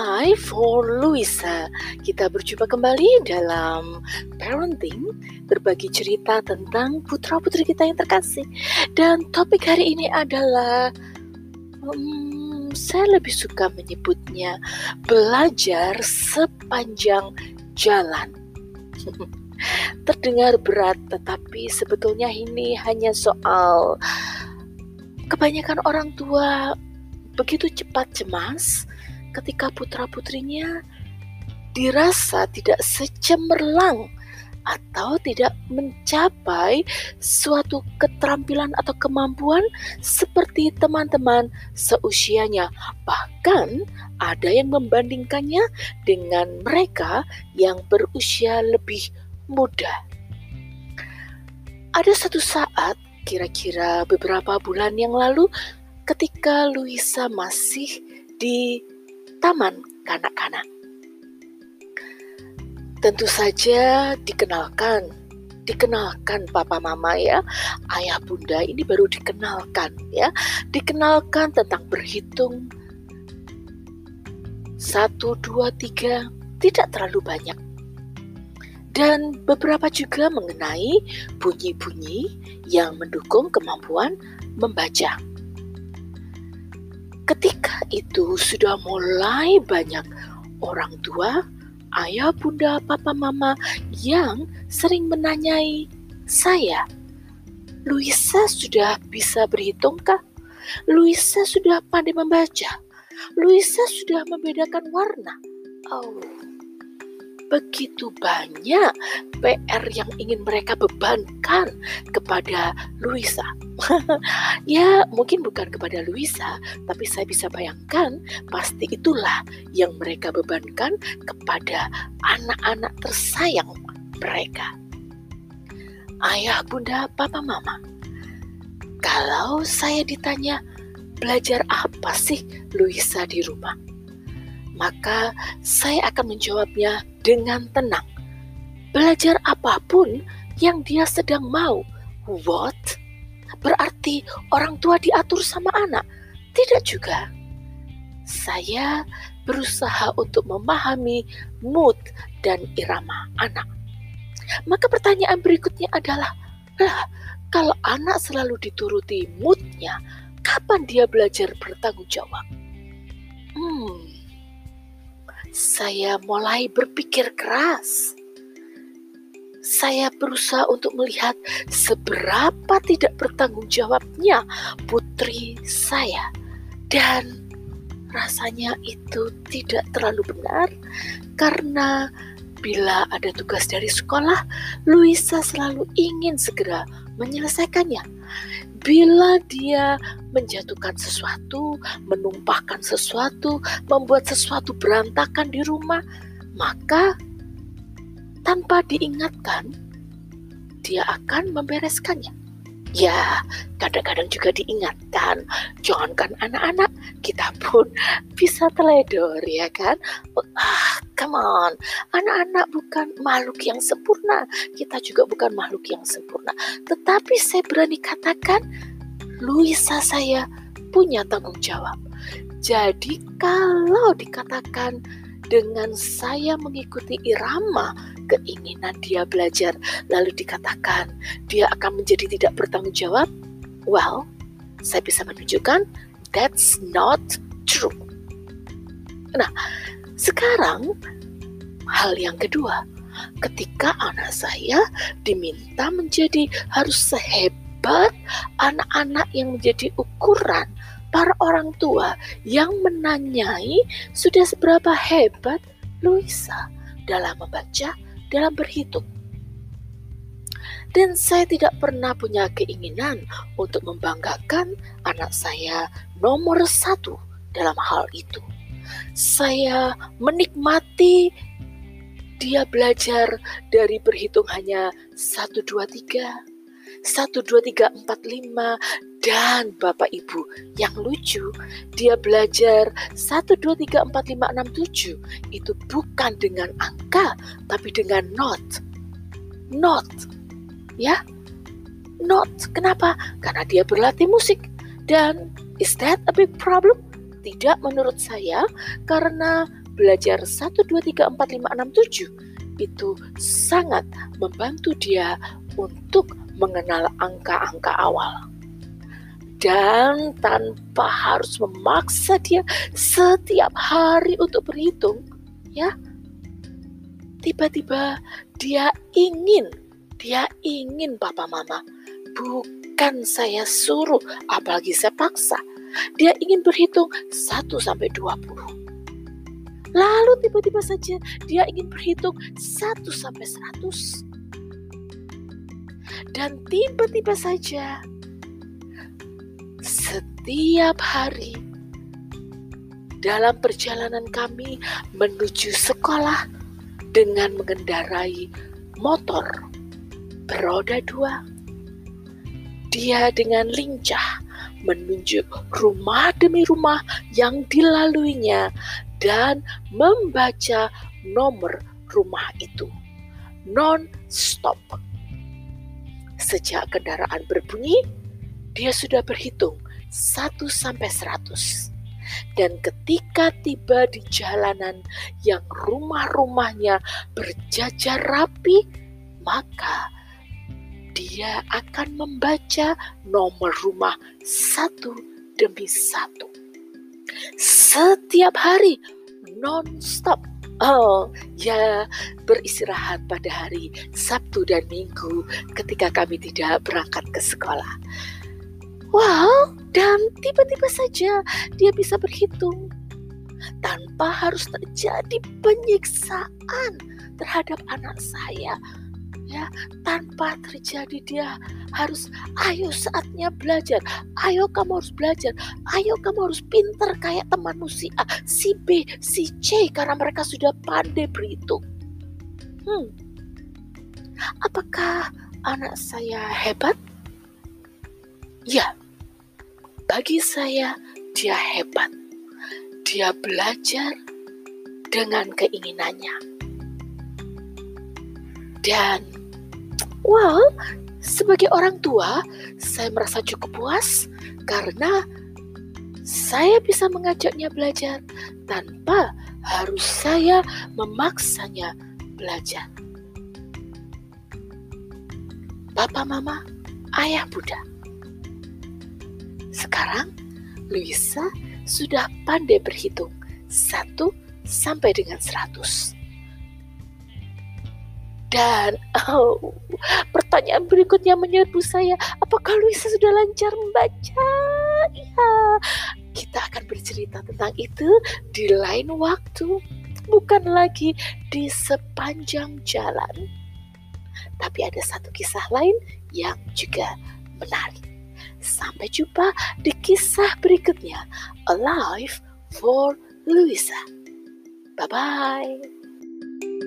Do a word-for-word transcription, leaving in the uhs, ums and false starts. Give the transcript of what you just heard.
Hai for Luisa, kita berjumpa kembali dalam parenting, berbagi cerita tentang putra-putri kita yang terkasih. Dan topik hari ini adalah, hmm, saya lebih suka menyebutnya belajar sepanjang jalan. Terdengar berat, tetapi sebetulnya ini hanya soal kebanyakan orang tua begitu cepat cemas ketika putra-putrinya dirasa tidak secemerlang atau tidak mencapai suatu keterampilan atau kemampuan seperti teman-teman seusianya. Bahkan ada yang membandingkannya dengan mereka yang berusia lebih muda. Ada satu saat, kira-kira beberapa bulan yang lalu, ketika Luisa masih di taman kanak-kanak. Tentu saja dikenalkan, dikenalkan papa mama ya, ayah bunda ini baru dikenalkan ya, dikenalkan tentang berhitung satu, dua, tiga, tidak terlalu banyak. Dan beberapa juga mengenai bunyi-bunyi yang mendukung kemampuan membaca. Ketika itu sudah mulai banyak orang tua, ayah, bunda, papa, mama yang sering menanyai saya, Luisa sudah bisa berhitungkah? Luisa sudah pandai membaca? Luisa sudah membedakan warna? Oh, begitu banyak P R yang ingin mereka bebankan kepada Luisa. Ya, mungkin bukan kepada Luisa, tapi saya bisa bayangkan pasti itulah yang mereka bebankan kepada anak-anak tersayang mereka. Ayah, bunda, papa, mama. Kalau saya ditanya, belajar apa sih Luisa di rumah? Maka saya akan menjawabnya dengan tenang. Belajar apapun yang dia sedang mau. What? Berarti orang tua diatur sama anak? Tidak juga. Saya berusaha untuk memahami mood dan irama anak. Maka pertanyaan berikutnya adalah, lah, kalau anak selalu dituruti moodnya, kapan dia belajar bertanggung jawab? Hmm, saya mulai berpikir keras. Saya berusaha untuk melihat seberapa tidak bertanggung jawabnya putri saya. Dan rasanya itu tidak terlalu benar, karena bila ada tugas dari sekolah, Luisa selalu ingin segera menyelesaikannya. Bila dia menjatuhkan sesuatu, menumpahkan sesuatu, membuat sesuatu berantakan di rumah, maka tanpa diingatkan, dia akan membereskannya. Ya, kadang-kadang juga diingatkan, jangankan anak-anak, kita pun bisa teledor, ya kan? Ah, come on, anak-anak bukan makhluk yang sempurna, kita juga bukan makhluk yang sempurna. Tetapi saya berani katakan, Luisa saya punya tanggung jawab. Jadi kalau dikatakan dengan saya mengikuti irama keinginan dia belajar, lalu dikatakan dia akan menjadi tidak bertanggung jawab, well, saya bisa menunjukkan that's not true. Nah, sekarang hal yang kedua, ketika anak saya diminta menjadi harus sehebat anak-anak yang menjadi ukuran para orang tua yang menanyai sudah seberapa hebat Luisa dalam membaca, dalam berhitung. Dan saya tidak pernah punya keinginan untuk membanggakan anak saya nomor satu dalam hal itu. Saya menikmati dia belajar dari berhitung hanya satu, dua, tiga, satu, dua, tiga, empat, lima, dan Bapak Ibu yang lucu, dia belajar satu, dua, tiga, empat, lima, enam, tujuh itu bukan dengan angka, tapi dengan not. Not, ya, not. Kenapa? Karena dia berlatih musik. Dan is that a big problem? Tidak menurut saya, karena belajar satu, dua, tiga, empat, lima, enam, tujuh itu sangat membantu dia untuk mengenal angka-angka awal. Dan tanpa harus memaksa dia setiap hari untuk berhitung, ya, tiba-tiba dia ingin, dia ingin papa mama, bukan saya suruh, apalagi saya paksa. Dia ingin berhitung satu sampai dua puluh. Lalu tiba-tiba saja dia ingin berhitung satu sampai seratus. Dan tiba-tiba saja setiap hari dalam perjalanan kami menuju sekolah dengan mengendarai motor beroda dua, dia dengan lincah menunjuk rumah demi rumah yang dilaluinya dan membaca nomor rumah itu non-stop. Sejak kendaraan berbunyi, dia sudah berhitung satu sampai seratus. Dan ketika tiba di jalanan yang rumah-rumahnya berjajar rapi, maka dia akan membaca nomor rumah satu demi satu. Setiap hari, non-stop. Oh, ya, beristirahat pada hari Sabtu dan Minggu ketika kami tidak berangkat ke sekolah. Wow, dan tiba-tiba saja dia bisa berhitung tanpa harus terjadi penyiksaan terhadap anak saya. Ya, tanpa terjadi dia harus, ayo saatnya belajar, ayo kamu harus belajar, ayo kamu harus pinter kayak temanmu si A, si B, si C, karena mereka sudah pandai berhitung. Hmm, apakah anak saya hebat? Ya, bagi saya dia hebat. Dia belajar dengan keinginannya. Dan wow, sebagai orang tua, saya merasa cukup puas karena saya bisa mengajaknya belajar tanpa harus saya memaksanya belajar. Papa, mama, ayah, bunda. Sekarang Luisa sudah pandai berhitung satu sampai dengan seratus. Dan oh, pertanyaan berikutnya menyerbu saya, apakah Luisa sudah lancar membaca? Ya, kita akan bercerita tentang itu di lain waktu, bukan lagi di sepanjang jalan. Tapi ada satu kisah lain yang juga menarik. Sampai jumpa di kisah berikutnya, A Life for Luisa. Bye-bye.